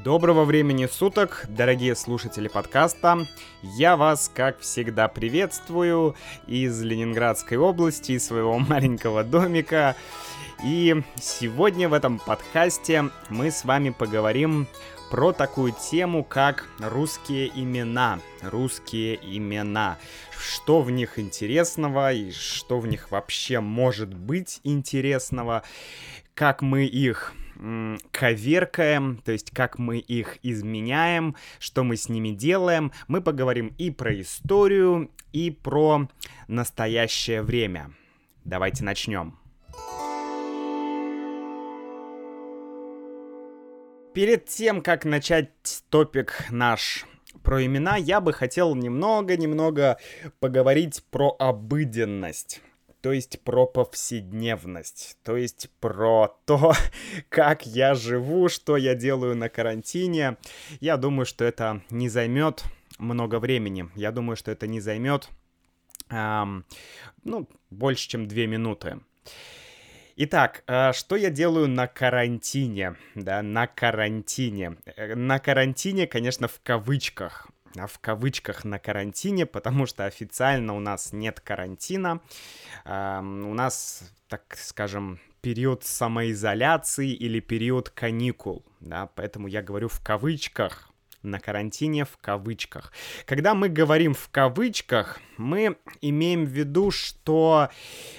Доброго времени суток, дорогие слушатели подкаста. Я вас, как всегда, приветствую из Ленинградской области, из своего маленького домика. И сегодня в этом подкасте мы с вами поговорим про такую тему, как русские имена. Русские имена. Что в них интересного и что в них вообще может быть интересного, как мы их коверкаем, то есть как мы их изменяем, что мы с ними делаем. Мы поговорим и про историю, и про настоящее время. Давайте начнем. Перед тем, как начать топик наш про имена, я бы хотел немного поговорить про обыденность. То есть про повседневность, то есть про то, как я живу, что я делаю на карантине. Я думаю, что это не займет много времени. Я думаю, что это не займет, больше, чем 2 минуты. Итак, что я делаю на карантине? Да, на карантине. На карантине, конечно, в кавычках. В кавычках на карантине, потому что официально у нас нет карантина. У нас, так скажем, период самоизоляции или период каникул. Да, поэтому я говорю в кавычках. На карантине в кавычках. Когда мы говорим в кавычках, мы имеем в виду, что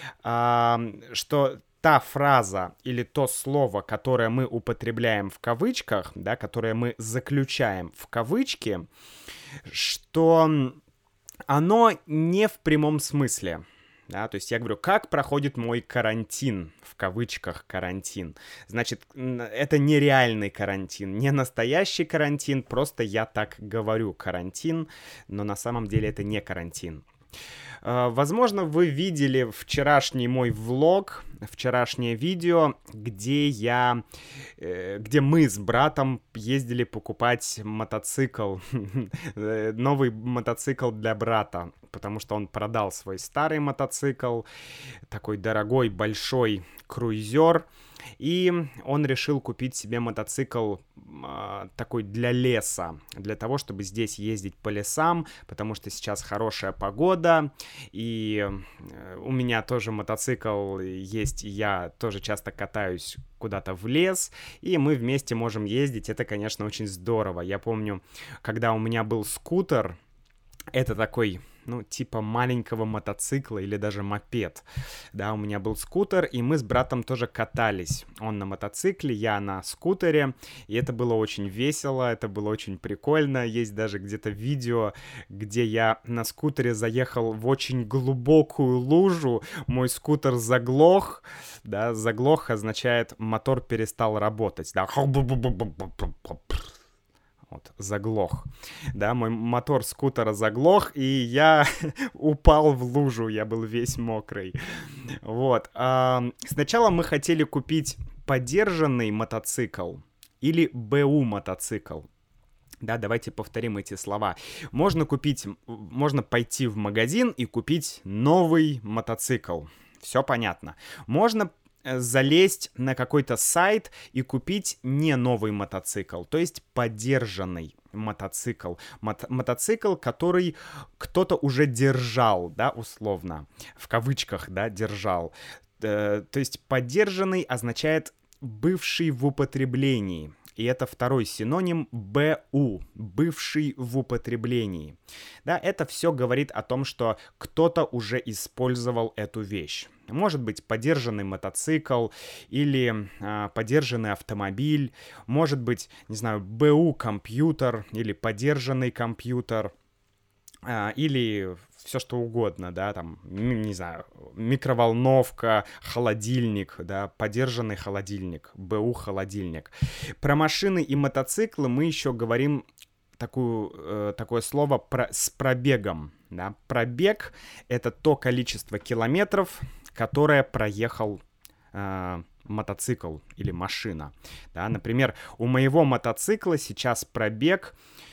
та фраза или то слово, которое мы употребляем в кавычках, да, которое мы заключаем в кавычки, что оно не в прямом смысле. Да, то есть я говорю, как проходит мой карантин, в кавычках карантин. Значит, это не реальный карантин, не настоящий карантин, просто я так говорю карантин, но на самом деле это не карантин. Возможно, вы видели вчерашний мой влог, вчерашнее видео, где мы с братом ездили покупать мотоцикл, новый мотоцикл для брата, потому что он продал свой старый мотоцикл, такой дорогой, большой круизер, и он решил купить себе мотоцикл такой для леса, для того, чтобы здесь ездить по лесам, потому что сейчас хорошая погода, и у меня тоже мотоцикл есть, и я тоже часто катаюсь куда-то в лес, и мы вместе можем ездить, это, конечно, очень здорово. Я помню, когда у меня был скутер, это такой, типа маленького мотоцикла или даже мопед. Да, у меня был скутер, и мы с братом тоже катались. Он на мотоцикле, я на скутере, и это было очень весело, это было очень прикольно. Есть даже где-то видео, где я на скутере заехал в очень глубокую лужу, мой скутер заглох, да, заглох означает мотор перестал работать, да, вот, заглох. Да, мой мотор скутера заглох, и я упал в лужу, я был весь мокрый. Вот. Сначала мы хотели купить подержанный мотоцикл или БУ мотоцикл. Да, давайте повторим эти слова. Можно пойти в магазин и купить новый мотоцикл. Все понятно. Можно залезть на какой-то сайт и купить не новый мотоцикл, то есть подержанный мотоцикл. Мотоцикл, который кто-то уже держал, да, условно, в кавычках, да, держал. То есть подержанный означает бывший в употреблении. И это второй синоним БУ, бывший в употреблении. Да, это все говорит о том, что кто-то уже использовал эту вещь. Может быть, подержанный мотоцикл или подержанный автомобиль. Может быть, не знаю, БУ компьютер или подержанный компьютер. Или все что угодно, да, там, не знаю, микроволновка, холодильник, да, подержанный холодильник, БУ холодильник. Про машины и мотоциклы мы еще говорим такое слово с пробегом, да. Пробег — это то количество километров, которое проехал мотоцикл или машина, да. Например, у моего мотоцикла сейчас пробег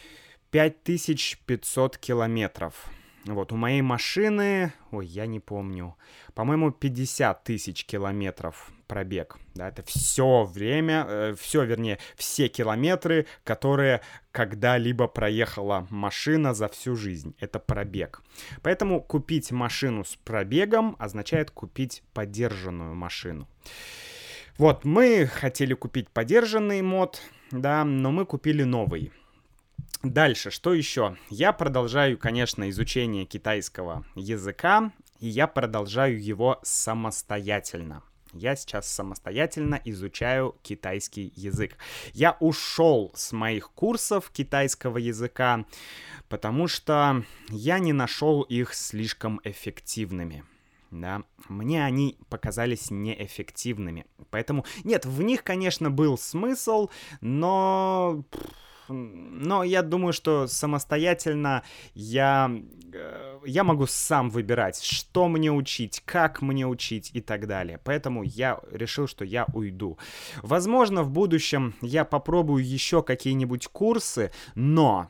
5500 километров. Вот, у моей машины, я не помню, по-моему, 50 тысяч километров пробег. Да, это все время, все километры, которые когда-либо проехала машина за всю жизнь. Это пробег. Поэтому купить машину с пробегом означает купить подержанную машину. Вот, мы хотели купить подержанный мод, да, но мы купили новый. Дальше, что еще? Я продолжаю, конечно, изучение китайского языка, и я продолжаю его самостоятельно. Я сейчас самостоятельно изучаю китайский язык. Я ушел с моих курсов китайского языка, потому что я не нашел их слишком эффективными. Да, мне они показались неэффективными. Поэтому, нет, в них, конечно, был смысл, но я думаю, что самостоятельно я могу сам выбирать, что мне учить, как мне учить и так далее. Поэтому я решил, что я уйду. Возможно, в будущем я попробую еще какие-нибудь курсы, но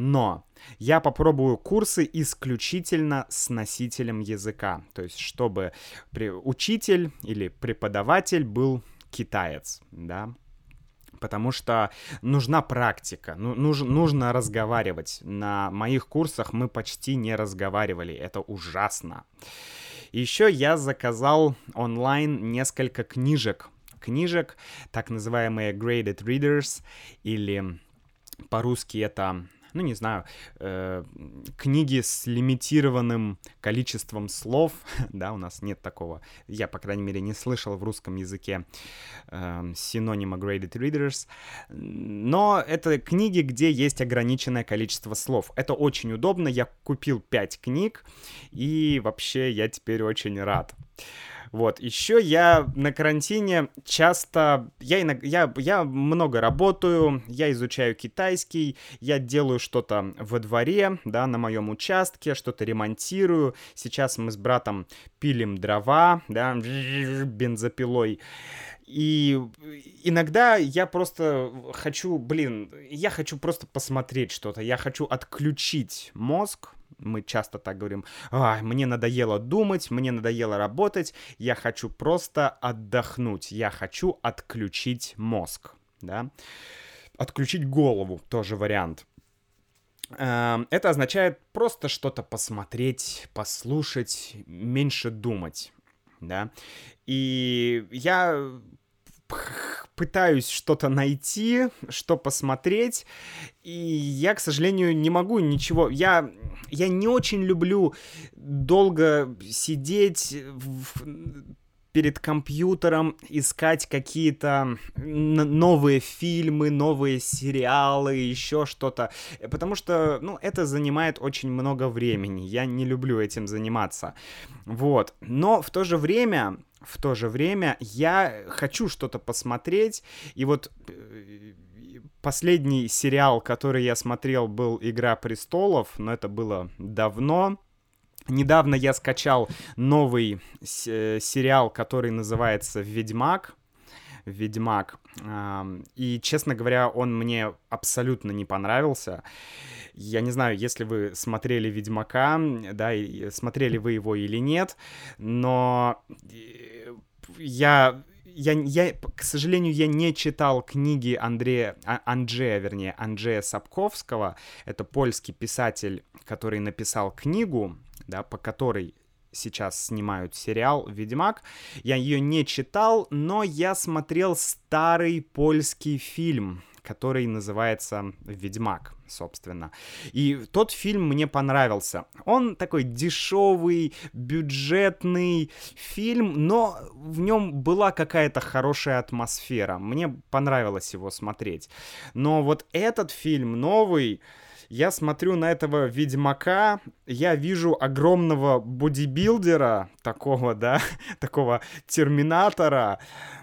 я попробую курсы исключительно с носителем языка. То есть, чтобы учитель или преподаватель был китаец, да. Потому что нужна практика, нужно разговаривать. На моих курсах мы почти не разговаривали, это ужасно. Еще я заказал онлайн несколько книжек, так называемые graded readers, или по-русски это... не знаю, книги с лимитированным количеством слов, да, у нас нет такого, я, по крайней мере, не слышал в русском языке синонима graded readers, но это книги, где есть ограниченное количество слов. Это очень удобно, я купил 5 книг, и вообще я теперь очень рад. Вот, еще я на карантине часто, я много работаю, я изучаю китайский, я делаю что-то во дворе, да, на моем участке, что-то ремонтирую. Сейчас мы с братом пилим дрова, да, бензопилой. И иногда я просто хочу просто посмотреть что-то, я хочу отключить мозг. Мы часто так говорим: мне надоело думать, мне надоело работать, я хочу просто отдохнуть, я хочу отключить мозг, да. Отключить голову, тоже вариант. Это означает просто что-то посмотреть, послушать, меньше думать, да. И я пытаюсь что-то найти, что посмотреть, и я, к сожалению, не могу ничего... Я не очень люблю долго сидеть перед компьютером, искать какие-то новые фильмы, новые сериалы, еще что-то, потому что, это занимает очень много времени, я не люблю этим заниматься, вот, но в то же время я хочу что-то посмотреть, и вот последний сериал, который я смотрел, был «Игра престолов», но это было давно. Недавно я скачал новый сериал, который называется «Ведьмак». И, честно говоря, он мне абсолютно не понравился. Я не знаю, если вы смотрели «Ведьмака», да, и смотрели вы его или нет, но к сожалению, я не читал книги Анджея Сапковского. Это польский писатель, который написал книгу, да, по которой сейчас снимают сериал «Ведьмак». Я ее не читал, но я смотрел старый польский фильм, который называется «Ведьмак», собственно. И тот фильм мне понравился. Он такой дешевый, бюджетный фильм, но в нем была какая-то хорошая атмосфера. Мне понравилось его смотреть. Но вот этот фильм новый... Я смотрю на этого Ведьмака, я вижу огромного бодибилдера, такого, да, такого терминатора,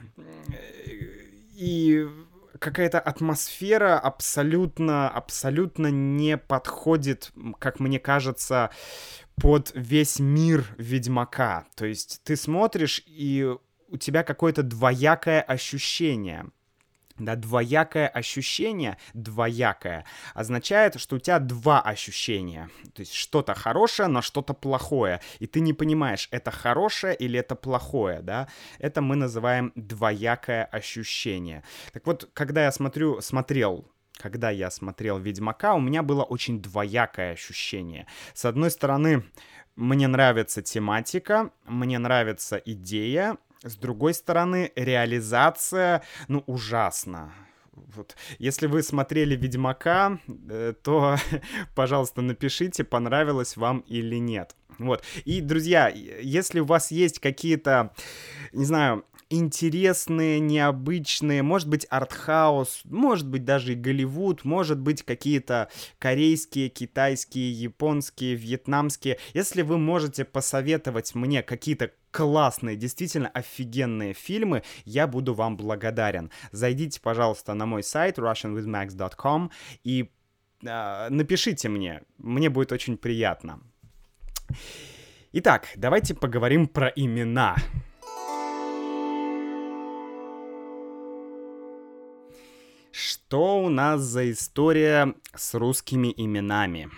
и какая-то атмосфера абсолютно не подходит, как мне кажется, под весь мир Ведьмака. То есть ты смотришь, и у тебя какое-то двоякое ощущение. Да, двоякое ощущение, двоякое, означает, что у тебя два ощущения. То есть что-то хорошее, но что-то плохое. И ты не понимаешь, это хорошее или это плохое, да. Это мы называем двоякое ощущение. Так вот, когда я смотрел «Ведьмака», у меня было очень двоякое ощущение. С одной стороны, мне нравится тематика, мне нравится идея. С другой стороны, реализация, ну, ужасно. Вот. Если вы смотрели «Ведьмака», то, пожалуйста, напишите, понравилось вам или нет. Вот. И, друзья, если у вас есть какие-то, не знаю, интересные, необычные, может быть, артхаус, может быть, даже и Голливуд, может быть, какие-то корейские, китайские, японские, вьетнамские. Если вы можете посоветовать мне какие-то классные, действительно офигенные фильмы, я буду вам благодарен. Зайдите, пожалуйста, на мой сайт russianwithmax.com и напишите мне будет очень приятно. Итак, давайте поговорим про имена. Что у нас за история с русскими именами?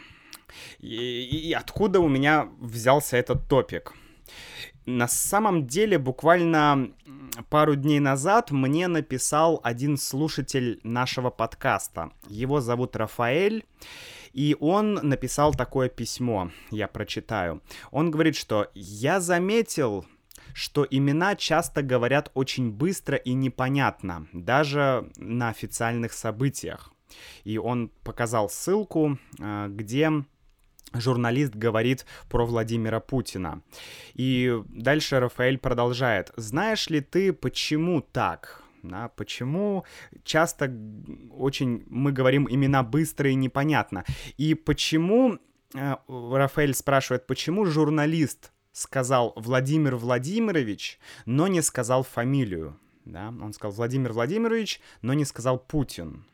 И откуда у меня взялся этот топик? На самом деле, буквально пару дней назад мне написал один слушатель нашего подкаста. Его зовут Рафаэль, и он написал такое письмо, я прочитаю. Он говорит, что «Я заметил, что имена часто говорят очень быстро и непонятно, даже на официальных событиях». И он показал ссылку, где журналист говорит про Владимира Путина. И дальше Рафаэль продолжает. «Знаешь ли ты, почему так? Да, почему часто очень мы говорим имена быстро и непонятно? И почему...» Рафаэль спрашивает, почему журналист сказал Владимир Владимирович, но не сказал фамилию. Да? Он сказал Владимир Владимирович, но не сказал Путин.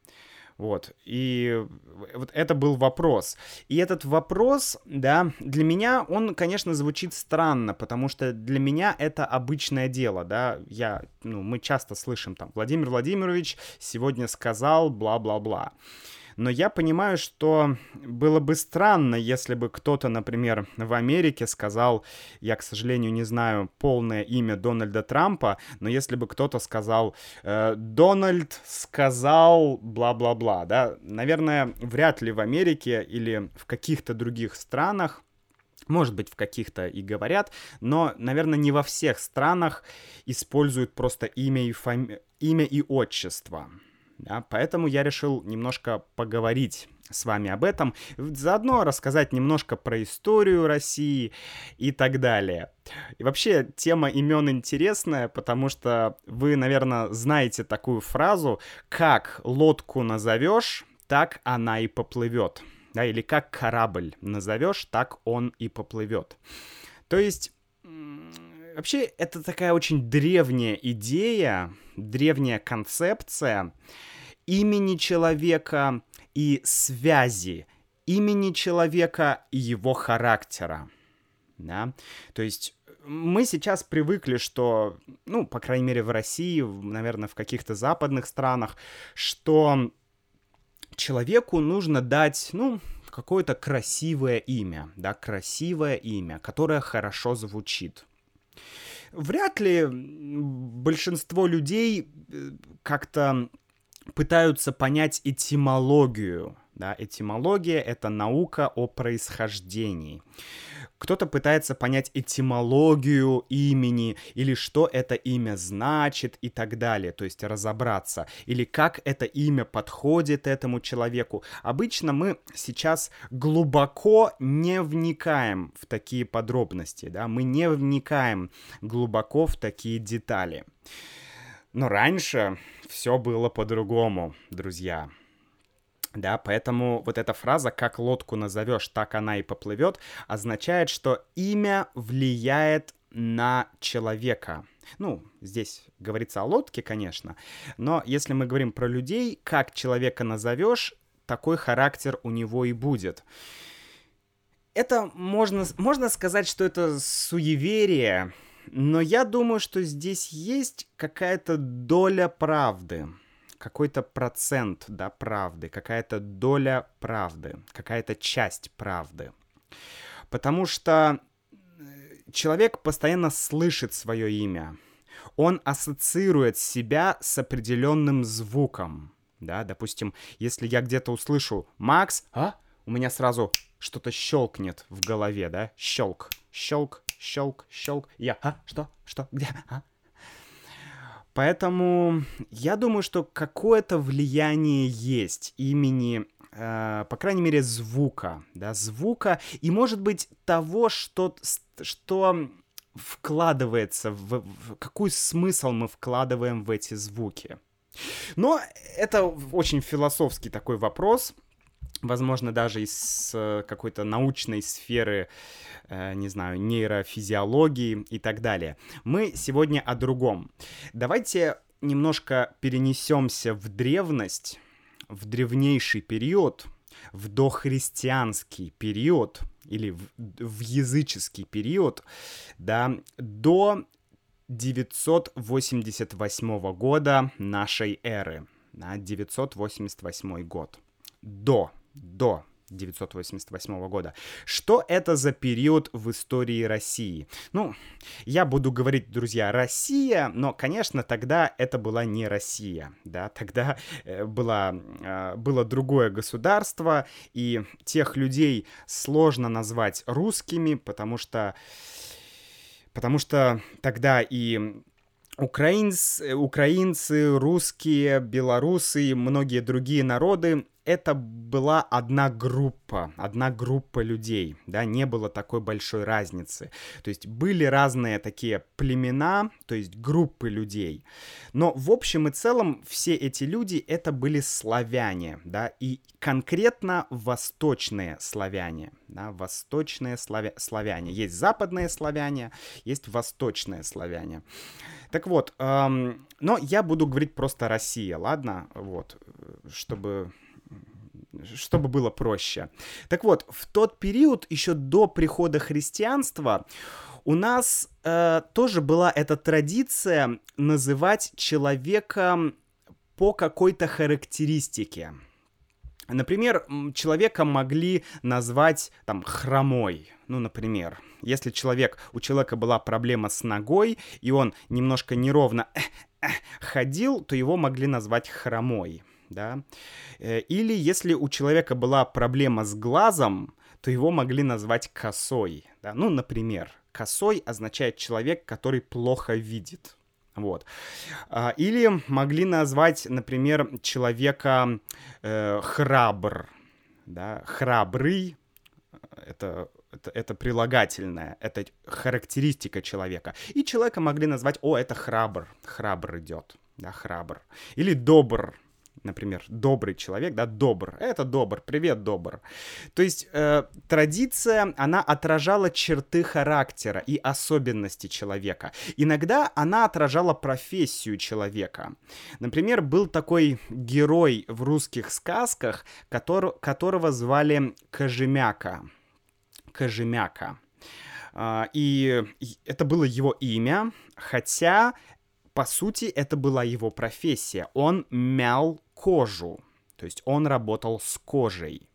Вот, и вот это был вопрос. И этот вопрос, да, для меня он, конечно, звучит странно, потому что для меня это обычное дело, да, мы часто слышим там, Владимир Владимирович сегодня сказал бла-бла-бла. Но я понимаю, что было бы странно, если бы кто-то, например, в Америке сказал, я, к сожалению, не знаю полное имя Дональда Трампа, но если бы кто-то сказал, Дональд сказал бла-бла-бла, да, наверное, вряд ли в Америке или в каких-то других странах, может быть, в каких-то и говорят, но, наверное, не во всех странах используют просто имя и отчество. Да, поэтому я решил немножко поговорить с вами об этом, заодно рассказать немножко про историю России и так далее. И вообще тема имен интересная, потому что вы, наверное, знаете такую фразу «как лодку назовешь, так она и поплывет». Да, или «как корабль назовешь, так он и поплывет». То есть... Вообще, это такая очень древняя идея, древняя концепция имени человека и связи имени человека и его характера. Да? То есть мы сейчас привыкли, что, по крайней мере в России, наверное, в каких-то западных странах, что человеку нужно дать, какое-то красивое имя, да, красивое имя, которое хорошо звучит. Вряд ли большинство людей как-то пытаются понять этимологию. Да? Этимология — это наука о происхождении. Кто-то пытается понять этимологию имени, или что это имя значит и так далее, то есть разобраться, или как это имя подходит этому человеку. Обычно мы сейчас глубоко не вникаем в такие подробности, да? Мы не вникаем глубоко в такие детали. Но раньше все было по-другому, друзья. Да, поэтому вот эта фраза «как лодку назовешь, так она и поплывет» означает, что имя влияет на человека. Здесь говорится о лодке, конечно, но если мы говорим про людей, как человека назовешь, такой характер у него и будет. Это можно сказать, что это суеверие, но я думаю, что здесь есть какая-то доля правды. какой-то процент, да, правды, какая-то доля правды, какая-то часть правды. Потому что человек постоянно слышит свое имя. Он ассоциирует себя с определенным звуком. Да, допустим, если я где-то услышу «Макс», у меня сразу что-то щелкнет в голове, да? Щелк, щелк, щелк, щелк. Я, что, где, Поэтому я думаю, что какое-то влияние есть имени, по крайней мере, звука, да, звука, и, может быть, того, что вкладывается, какой смысл мы вкладываем в эти звуки. Но это очень философский такой вопрос, возможно, даже из какой-то научной сферы, не знаю, нейрофизиологии и так далее. Мы сегодня о другом. Давайте немножко перенесемся в древность, в древнейший период, в дохристианский период или в языческий период, да, до 988 года нашей эры. 988 год. До 988 года. Что это за период в истории России? Ну, я буду говорить, друзья, Россия, но, конечно, тогда это была не Россия, да, тогда было другое государство, и тех людей сложно назвать русскими, потому что тогда и украинцы, русские, белорусы и многие другие народы — это была одна группа людей, да, не было такой большой разницы. То есть были разные такие племена, то есть группы людей. Но в общем и целом все эти люди — это были славяне, да, и конкретно восточные славяне, да, восточные славяне. Есть западные славяне, есть восточные славяне. Так вот, но я буду говорить просто Россия, ладно? Вот, чтобы было проще. Так вот, в тот период, еще до прихода христианства, у нас тоже была эта традиция называть человека по какой-то характеристике. Например, человека могли назвать там хромой, ну, например. Если у человека была проблема с ногой, и он немножко неровно ходил, то его могли назвать хромой, да. Или если у человека была проблема с глазом, то его могли назвать косой, да. Ну, например, косой означает человек, который плохо видит. Вот. Или могли назвать, например, человека храбр, да, храбрый, это прилагательное, это характеристика человека. И человека могли назвать, это храбр идет, да, храбр. Или добр, например, добрый человек, да, добр, это добр, привет, добр. То есть традиция, она отражала черты характера и особенности человека. Иногда она отражала профессию человека. Например, был такой герой в русских сказках, которого звали Кожемяка. И это было его имя, хотя, по сути, это была его профессия. Он мял кожу, то есть он работал с кожей.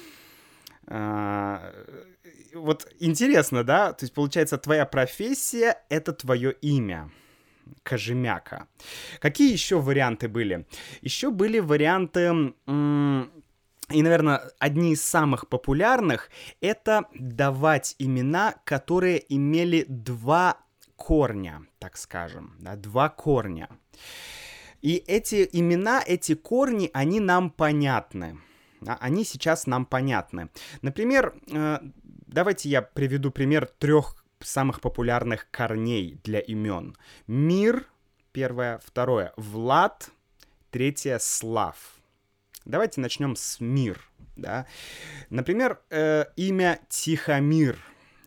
Вот интересно, да? То есть, получается, твоя профессия — это твое имя. Кожемяка. Какие еще варианты были? Еще были варианты... И, наверное, одни из самых популярных — это давать имена, которые имели два корня, так скажем, да, два корня. И эти имена, эти корни, они нам понятны. Да, они сейчас нам понятны. Например, давайте я приведу пример 3 самых популярных корней для имен. Мир, первое, второе, Влад, третье, Слав. Давайте начнем с Мир, да. Например, имя Тихомир,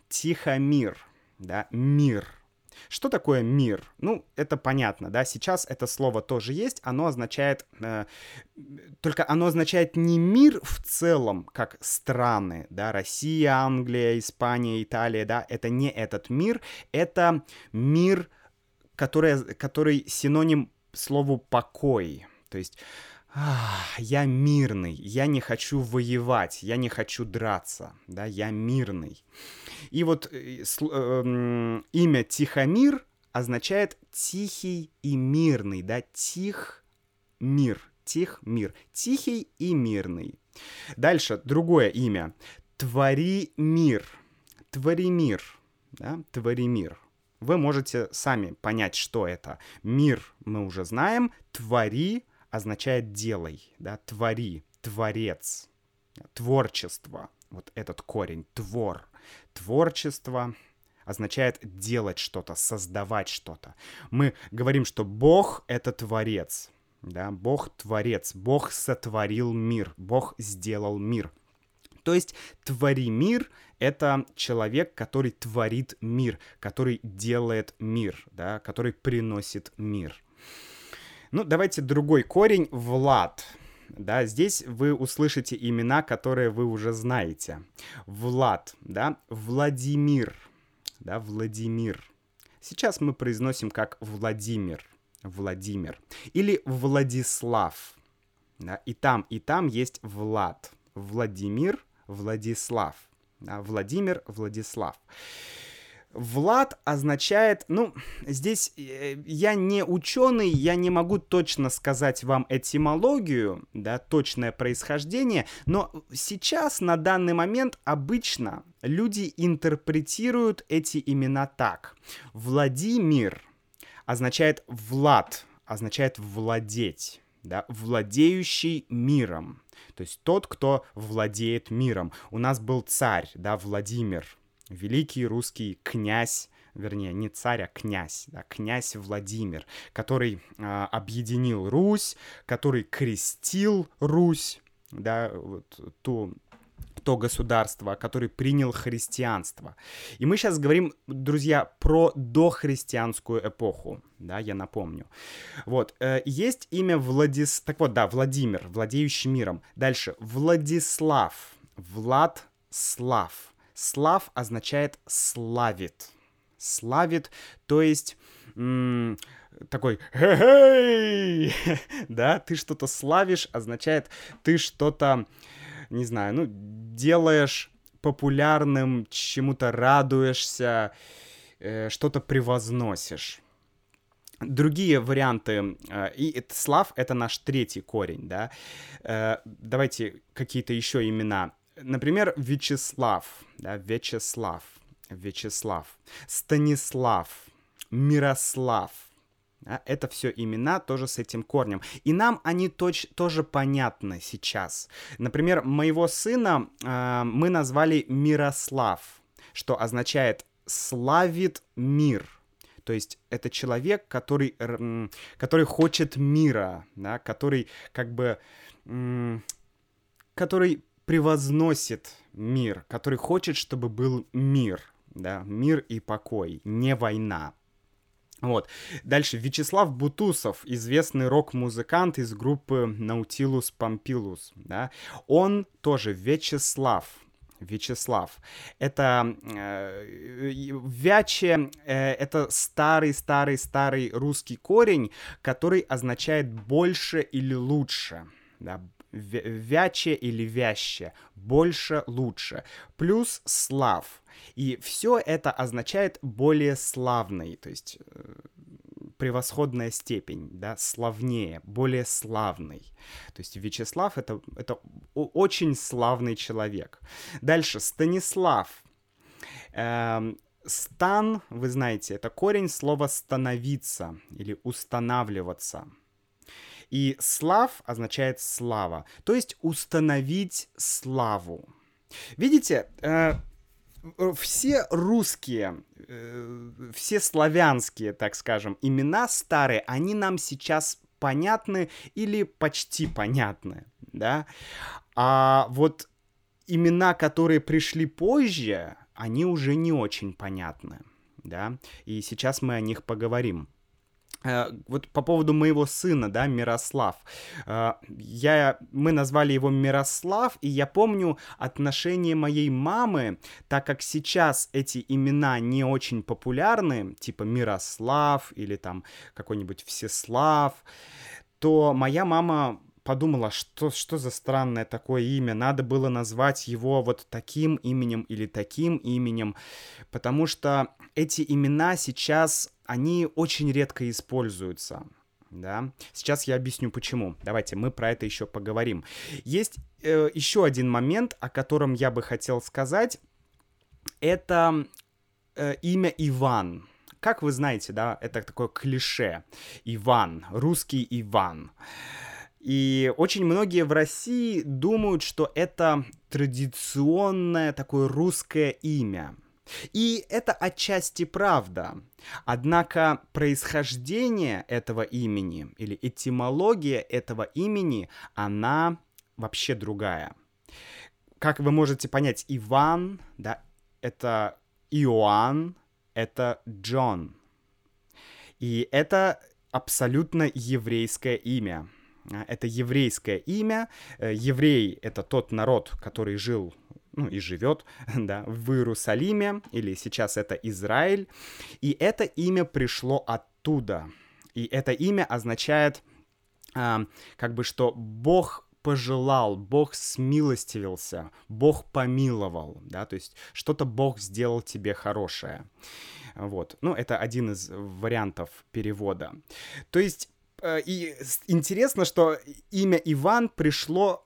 да, мир. Что такое мир? Ну, это понятно, да, сейчас это слово тоже есть, оно означает, только оно означает не мир в целом, как страны, да, Россия, Англия, Испания, Италия, да, это не этот мир, это мир, который синоним слову покой. То есть я мирный, я не хочу воевать, я не хочу драться, да, я мирный. И вот имя Тихомир означает тихий и мирный, да, тих мир, тихий и мирный. Дальше другое имя. Твори мир, да, твори мир. Вы можете сами понять, что это. Мир мы уже знаем, твори означает делай, да, твори, творец, творчество. Вот этот корень, творчество означает делать что-то, создавать что-то. Мы говорим, что Бог — это творец, да, Бог — творец, Бог сотворил мир, Бог сделал мир. То есть твори мир — это человек, который творит мир, который делает мир, да, который приносит мир. Ну, давайте другой корень — Влад. Да, здесь вы услышите имена, которые вы уже знаете. Влад, да, Владимир, да, Владимир. Сейчас мы произносим как Владимир, Владимир. Или Владислав. Да, и там есть Влад. Владимир, Владислав. Да, Владимир, Владислав. Влад означает, ну, здесь я не ученый, я не могу точно сказать вам этимологию, да, точное происхождение, но сейчас, на данный момент, обычно люди интерпретируют эти имена так. Владимир означает Влад, означает владеть, да, владеющий миром. То есть тот, кто владеет миром. У нас был царь, да, Владимир, великий русский князь, вернее, не царь, а князь, да, князь Владимир, который объединил Русь, который крестил Русь, да, вот, то государство, который принял христианство. И мы сейчас говорим, друзья, про дохристианскую эпоху, да, я напомню. Вот, есть имя так вот, да, Владимир, владеющий миром. Дальше, Владислав, Владслав. Слав означает славит. Славит, то есть такой «Хе-хей!» Да, ты что-то славишь, означает ты что-то, не знаю, ну, делаешь популярным, чему-то радуешься, что-то превозносишь. Другие варианты, и слав — это наш третий корень, да. Давайте какие-то еще имена. Например, Вячеслав, да, Вячеслав, Станислав, Мирослав. Да, это все имена тоже с этим корнем. И нам они тоже понятны сейчас. Например, моего сына мы назвали Мирослав, что означает «славит мир». То есть это человек, который хочет мира, да, который как бы... который превозносит мир, который хочет, чтобы был мир, да, мир и покой, не война. Вот. Дальше Вячеслав Бутусов, известный рок-музыкант из группы Nautilus Pompilus, да, он тоже Вячеслав. Это вяче, это старый русский корень, который означает больше или лучше, да, вяче или вяще, больше, лучше, плюс слав. И все это означает более славный, то есть превосходная степень, да, славнее, более славный. То есть Вячеслав это очень славный человек. Дальше Станислав. Стан, вы знаете, это корень слова становиться или устанавливаться. И слав означает слава, то есть установить славу. Видите, все русские, все славянские, так скажем, имена старые, они нам сейчас понятны или почти понятны, да? А вот имена, которые пришли позже, они уже не очень понятны, да? И сейчас мы о них поговорим. Вот по поводу моего сына, да, Мирослав. Мы назвали его Мирослав, и я помню отношение моей мамы, так как сейчас эти имена не очень популярны, типа Мирослав или там какой-нибудь Всеслав, то моя мама подумала, что за странное такое имя, надо было назвать его вот таким именем или таким именем, потому что эти имена сейчас, они очень редко используются. Да? Сейчас я объясню почему. Давайте мы про это еще поговорим. Есть еще один момент, о котором я бы хотел сказать. Это имя Иван. Как вы знаете, да, это такое клише. Иван, русский Иван. И очень многие в России думают, что это традиционное такое русское имя. И это отчасти правда. Однако происхождение этого имени или этимология этого имени, она вообще другая. Как вы можете понять, Иван, да, это Иоанн, это Джон. И это абсолютно еврейское имя. Это еврейское имя. Еврей — это тот народ, который жил, ну и живет, да, в Иерусалиме, или сейчас это Израиль. И это имя пришло оттуда. И это имя означает, как бы, что Бог пожелал, Бог смилостивился, Бог помиловал, да, то есть что-то Бог сделал тебе хорошее. Вот. Ну, это один из вариантов перевода. То есть, и интересно, что имя Иван пришло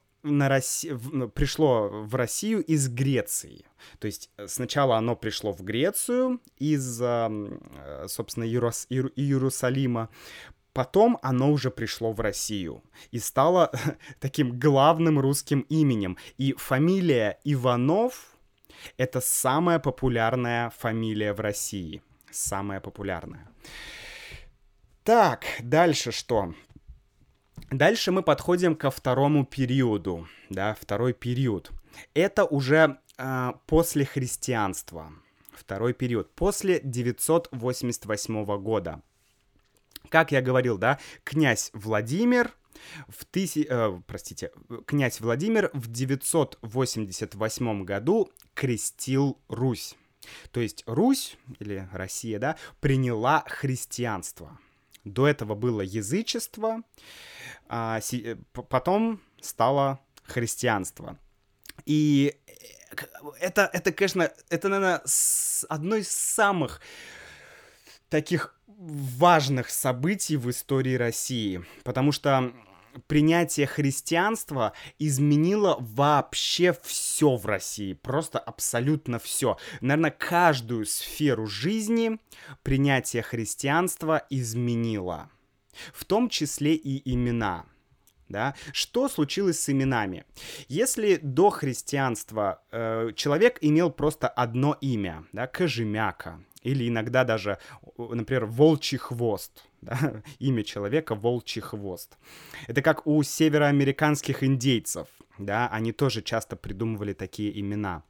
в Россию из Греции. То есть сначала оно пришло в Грецию из, собственно, Иерусалима. Потом оно уже пришло в Россию и стало таким главным русским именем. И фамилия Иванов — это самая популярная фамилия в России. Самая популярная. Так, дальше что? Дальше мы подходим ко второму периоду. Да, второй период. Это уже после христианства. Второй период. После 988 года. Как я говорил, да, князь Владимир князь Владимир в 988 году крестил Русь. То есть Русь, или Россия, да, приняла христианство. До этого было язычество, потом стало христианство. И это, конечно, это, наверное, одно из самых таких важных событий в истории России, потому что принятие христианства изменило вообще все в России, просто абсолютно все. Наверное, каждую сферу жизни принятие христианства изменило, в том числе и имена. Да? Что случилось с именами? Если до христианства человек имел просто одно имя, да, Кожемяка, или иногда даже, например, Волчий хвост, да? Имя человека — Волчий хвост. Это как у североамериканских индейцев, да? Они тоже часто придумывали такие имена.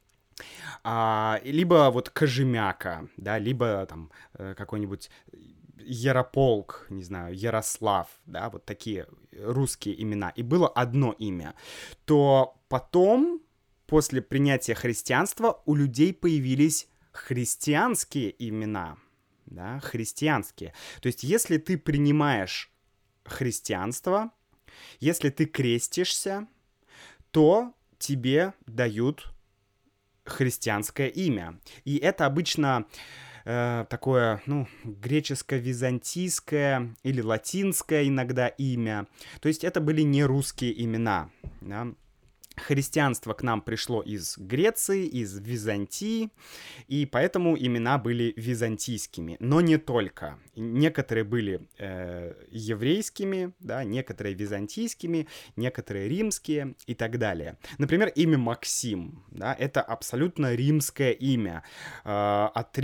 Либо вот Кожемяка, да, либо там какой-нибудь Ярополк, не знаю, Ярослав, да, вот такие русские имена, и было одно имя, то потом, после принятия христианства, у людей появились христианские имена, да, христианские. То есть, если ты принимаешь христианство, если ты крестишься, то тебе дают христианское имя. И это обычно такое, ну, греческо-византийское или латинское иногда имя. То есть это были не русские имена, да? Христианство к нам пришло из Греции, из Византии, и поэтому имена были византийскими. Но не только. Некоторые были еврейскими, да, некоторые византийскими, некоторые римские и так далее. Например, имя Максим, да, это абсолютно римское имя. От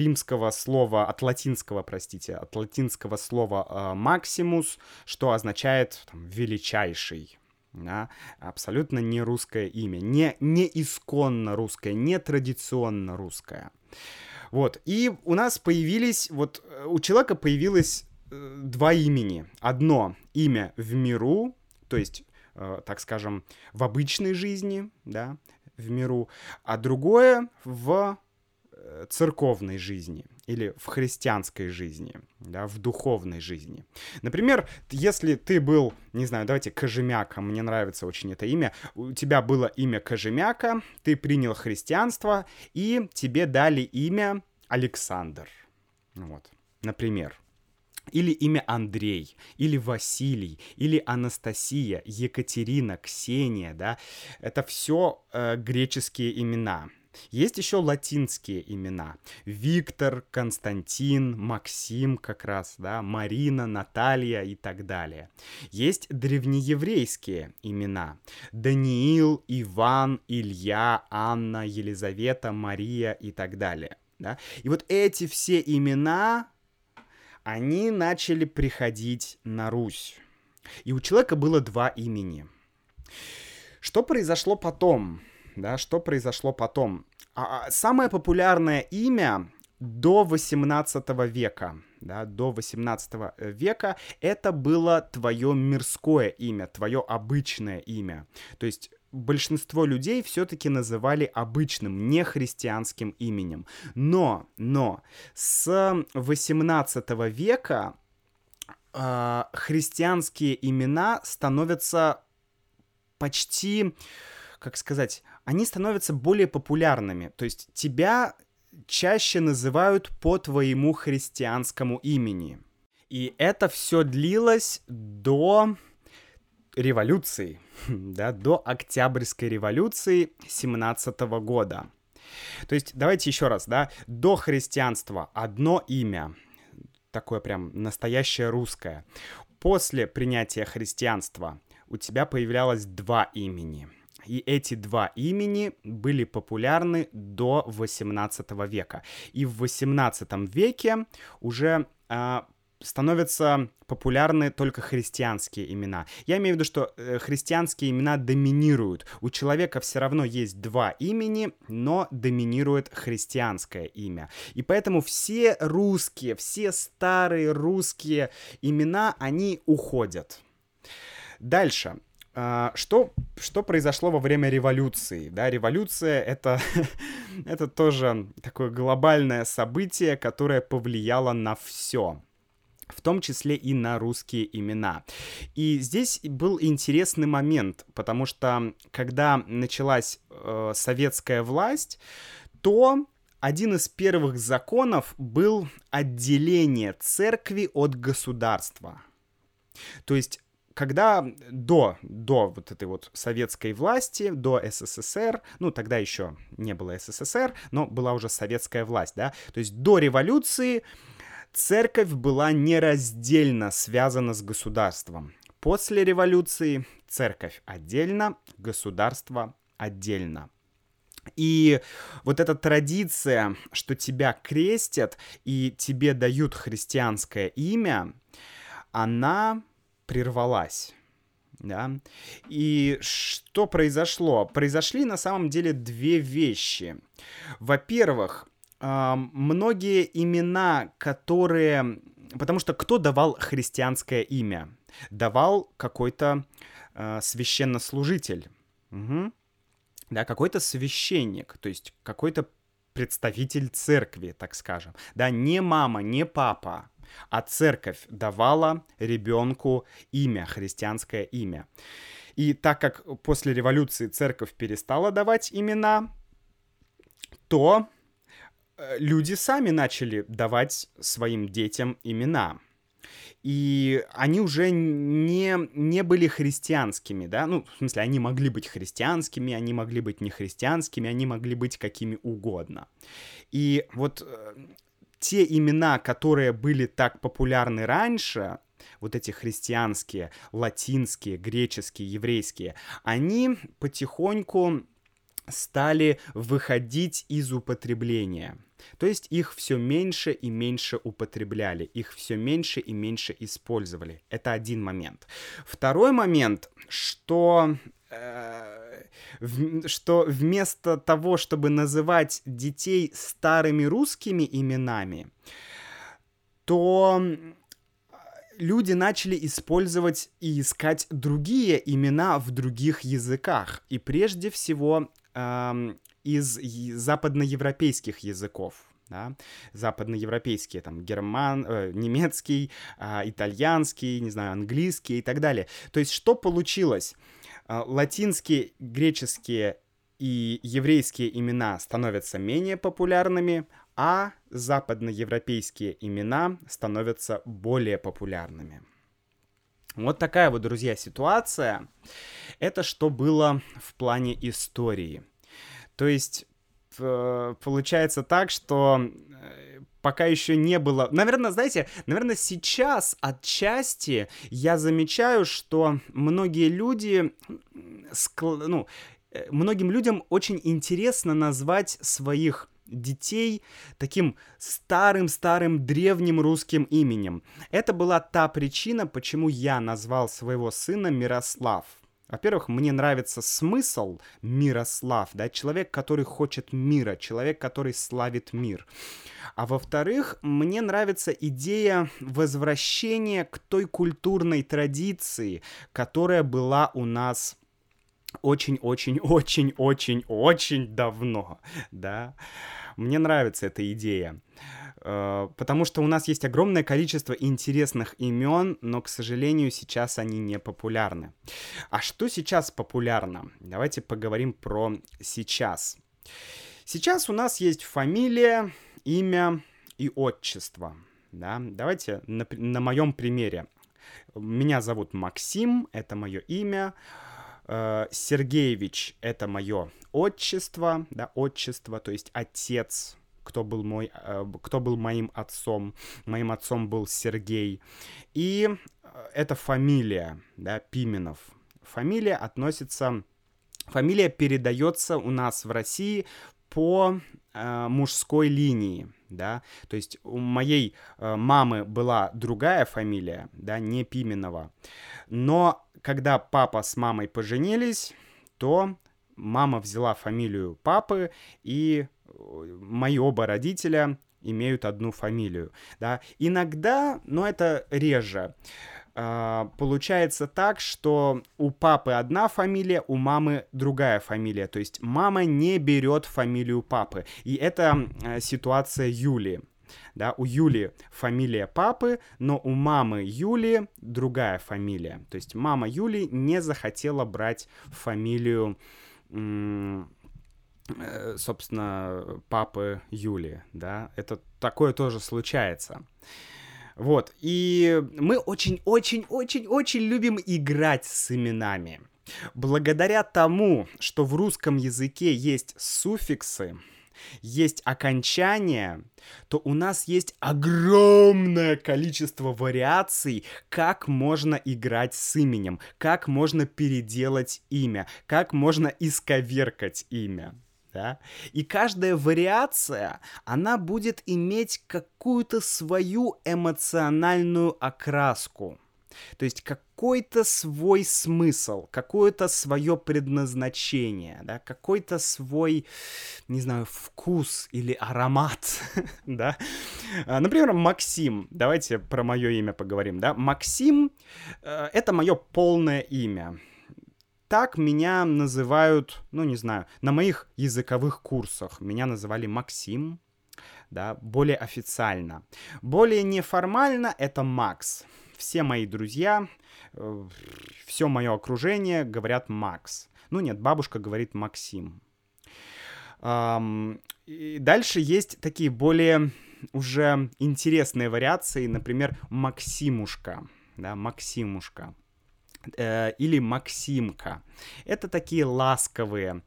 латинского слова «максимус», что означает там, «величайший». Да, абсолютно не русское имя, не исконно русское, не традиционно русское. Вот, и у нас появились, вот у человека появилось два имени. Одно имя в миру, то есть, так скажем, в обычной жизни, да, в миру, а другое в церковной жизни или в христианской жизни. да, в духовной жизни. Например, если ты был, не знаю, давайте Кожемяка, мне нравится очень это имя, у тебя было имя Кожемяка, ты принял христианство, и тебе дали имя Александр, вот, например. Или имя Андрей, или Василий, или Анастасия, Екатерина, Ксения, да, это все греческие имена. Есть еще латинские имена. Виктор, Константин, Максим как раз, да, Марина, Наталья и так далее. Есть древнееврейские имена. Даниил, Иван, Илья, Анна, Елизавета, Мария и так далее. Да? И вот эти все имена, они начали приходить на Русь. И у человека было два имени. Что произошло потом? Да, что произошло потом? Самое популярное имя до 18 века, да, до 18 века это было твое мирское имя, твое обычное имя. То есть большинство людей все-таки называли обычным, не христианским именем. Но с 18 века христианские имена становятся почти, как сказать, они становятся более популярными. То есть тебя чаще называют по твоему христианскому имени. И это все длилось до революции, да, до Октябрьской революции 17 года. То есть давайте еще раз, да, до христианства одно имя, такое прям настоящее русское. После принятия христианства у тебя появлялось два имени. И эти два имени были популярны до 18 века. И в 18 веке уже становятся популярны только христианские имена. Я имею в виду, что христианские имена доминируют. У человека все равно есть два имени, но доминирует христианское имя. И поэтому все русские, все старые русские имена, они уходят. Дальше. Что произошло во время революции? Да, революция — это тоже такое глобальное событие, которое повлияло на все, в том числе и на русские имена. И здесь был интересный момент, потому что когда началась советская власть, то один из первых законов был отделение церкви от государства. То есть когда до вот этой вот советской власти, до СССР, ну, тогда еще не было СССР, но была уже советская власть, да, то есть до революции церковь была нераздельно связана с государством. После революции церковь отдельно, государство отдельно. И вот эта традиция, что тебя крестят и тебе дают христианское имя, она прервалась, да. И что произошло? Произошли на самом деле две вещи. Во-первых, многие имена, которые... Потому что кто давал христианское имя? Давал какой-то священнослужитель. Угу. Да, какой-то священник, то есть какой-то представитель церкви, так скажем. Да, не мама, не папа, а церковь давала ребенку имя, христианское имя. И так как после революции церковь перестала давать имена, то люди сами начали давать своим детям имена. И они уже не были христианскими, да, ну, в смысле, они могли быть христианскими, они могли быть нехристианскими, они могли быть какими угодно. И вот те имена, которые были так популярны раньше, вот эти христианские, латинские, греческие, еврейские, они потихоньку стали выходить из употребления. То есть их все меньше и меньше употребляли, их все меньше и меньше использовали. Это один момент. Второй момент, что вместо того, чтобы называть детей старыми русскими именами, то люди начали использовать и искать другие имена в других языках. И прежде всего из западноевропейских языков. да, западноевропейские, там, немецкий, итальянский, не знаю, английский и так далее. То есть что получилось? Латинские, греческие и еврейские имена становятся менее популярными, а западноевропейские имена становятся более популярными. Вот такая вот, друзья, ситуация. Это что было в плане истории. То есть получается так, что пока еще не было... Наверное, знаете, сейчас отчасти я замечаю, что многие люди... многим людям очень интересно назвать своих детей таким старым-старым древним русским именем. Это была та причина, почему я назвал своего сына Мирослав. Во-первых, мне нравится смысл Мирослав, да, человек, который хочет мира, человек, который славит мир. А во-вторых, мне нравится идея возвращения к той культурной традиции, которая была у нас очень-очень-очень-очень-очень давно, да. Мне нравится эта идея, потому что у нас есть огромное количество интересных имен, но, к сожалению, сейчас они не популярны. А что сейчас популярно? Давайте поговорим про сейчас. Сейчас у нас есть фамилия, имя и отчество. Да? Давайте на моем примере. Меня зовут Максим, это мое имя. Сергеевич — это мое отчество, да, отчество, то есть отец, кто был моим отцом. Моим отцом был Сергей. И это фамилия, да, Пименов. Фамилия передается у нас в России по мужской линии, да, то есть у моей мамы была другая фамилия, да, не Пименова, но когда папа с мамой поженились, то мама взяла фамилию папы, и мои оба родителя имеют одну фамилию, да. Иногда, но это реже, получается так, что у папы одна фамилия, у мамы другая фамилия. То есть мама не берет фамилию папы. И это ситуация Юли. Да, у Юли фамилия папы, но у мамы Юли другая фамилия. То есть мама Юли не захотела брать фамилию, собственно, папы Юли. Да? Это такое тоже случается. Вот, и мы очень-очень-очень-очень любим играть с именами. Благодаря тому, что в русском языке есть суффиксы, есть окончания, то у нас есть огромное количество вариаций, как можно играть с именем, как можно переделать имя, как можно исковеркать имя. Да? И каждая вариация, она будет иметь какую-то свою эмоциональную окраску. То есть какой-то свой смысл, какое-то свое предназначение, да? Какой-то свой, не знаю, вкус или аромат. Да? Например, Максим. Давайте про мое имя поговорим. Да? Максим — это мое полное имя. Так меня называют, ну, не знаю, на моих языковых курсах меня называли Максим, да, более официально. Более неформально это Макс. Все мои друзья, все мое окружение говорят Макс. Ну, нет, бабушка говорит Максим. И дальше есть такие более уже интересные вариации, например, Максимушка, да, Максимушка. Или Максимка. Это такие ласковые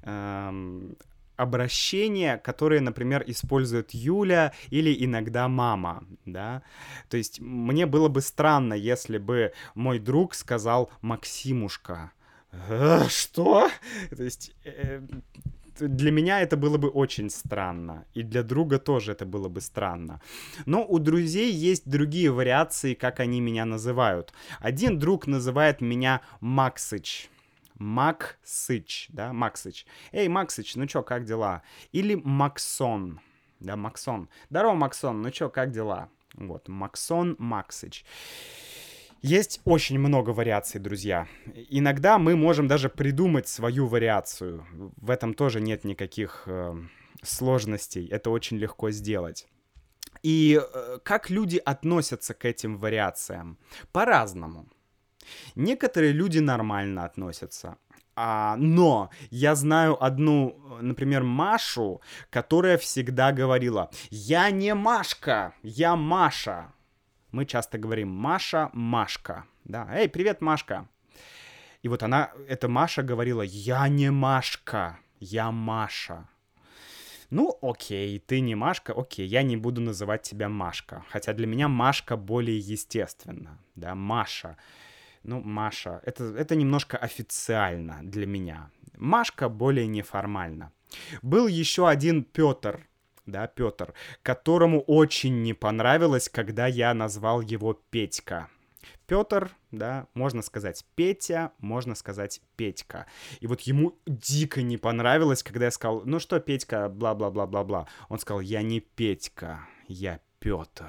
обращения, которые, например, использует Юля или иногда мама, да. То есть мне было бы странно, если бы мой друг сказал Максимушка. Что? То есть для меня это было бы очень странно, и для друга тоже это было бы странно. Но у друзей есть другие вариации, как они меня называют. Один друг называет меня Максыч. Максыч, да, Максыч. Эй, Максыч, ну чё, как дела? Или Максон, да, Максон. Здорово, Максон, ну чё, как дела? Вот, Максон, Максыч. Есть очень много вариаций, друзья. Иногда мы можем даже придумать свою вариацию. В этом тоже нет никаких сложностей, это очень легко сделать. И как люди относятся к этим вариациям? По-разному. Некоторые люди нормально относятся. Но я знаю одну, например, Машу, которая всегда говорила: «Я не Машка, я Маша». Мы часто говорим «Маша, Машка». Да, «Эй, привет, Машка». И вот эта Маша говорила: «Я не Машка, я Маша». Ну, окей, ты не Машка, окей, я не буду называть тебя Машка. Хотя для меня Машка более естественно, да, Маша. Ну, Маша, это немножко официально для меня. Машка более неформально. Был еще один Петр, да, Петр, которому очень не понравилось, когда я назвал его Петька. Петр, да, можно сказать Петя, можно сказать Петька. И вот ему дико не понравилось, когда я сказал: «Ну что, Петька, бла-бла-бла-бла-бла». Он сказал: «Я не Петька, я Петр».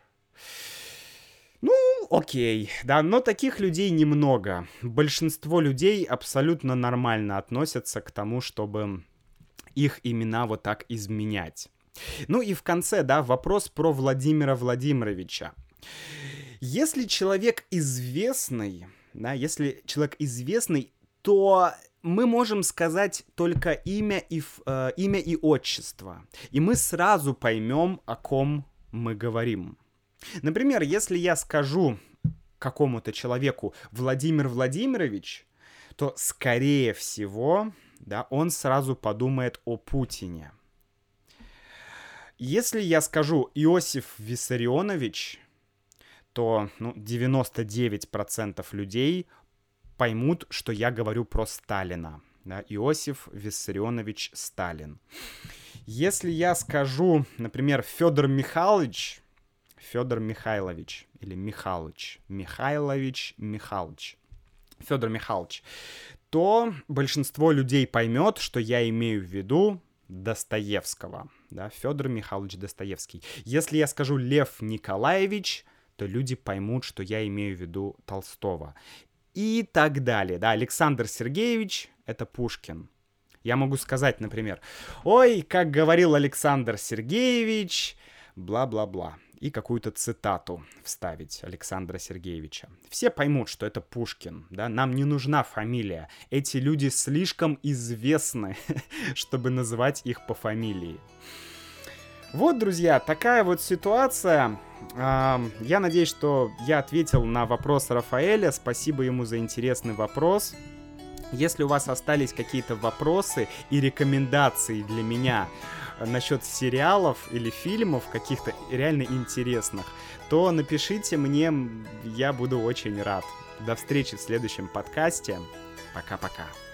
Ну, окей, да, но таких людей немного. Большинство людей абсолютно нормально относятся к тому, чтобы их имена вот так изменять. Ну и в конце, да, вопрос про Владимира Владимировича. Если человек известный, да, то мы можем сказать только имя и отчество, и мы сразу поймем, о ком мы говорим. Например, если я скажу какому-то человеку Владимир Владимирович, то, скорее всего, да, он сразу подумает о Путине. Если я скажу Иосиф Виссарионович, то 99% людей поймут, что я говорю про Сталина. Да, Иосиф Виссарионович Сталин. Если я скажу, например, Федор Михайлович или Михайлович, Федор Михайлович, то большинство людей поймет, что я имею в виду Достоевского. Да, Федор Михайлович Достоевский. Если я скажу Лев Николаевич, то люди поймут, что я имею в виду Толстого. И так далее. Да, Александр Сергеевич — это Пушкин. Я могу сказать, например: «Ой, как говорил Александр Сергеевич», бла-бла-бла. И какую-то цитату вставить Александра Сергеевича. Все поймут, что это Пушкин. Да? Нам не нужна фамилия. Эти люди слишком известны, чтобы называть их по фамилии. Вот, друзья, такая вот ситуация. Я надеюсь, что я ответил на вопрос Рафаэля. Спасибо ему за интересный вопрос. Если у вас остались какие-то вопросы и рекомендации для меня насчет сериалов или фильмов каких-то реально интересных, то напишите мне, я буду очень рад. До встречи в следующем подкасте. Пока-пока.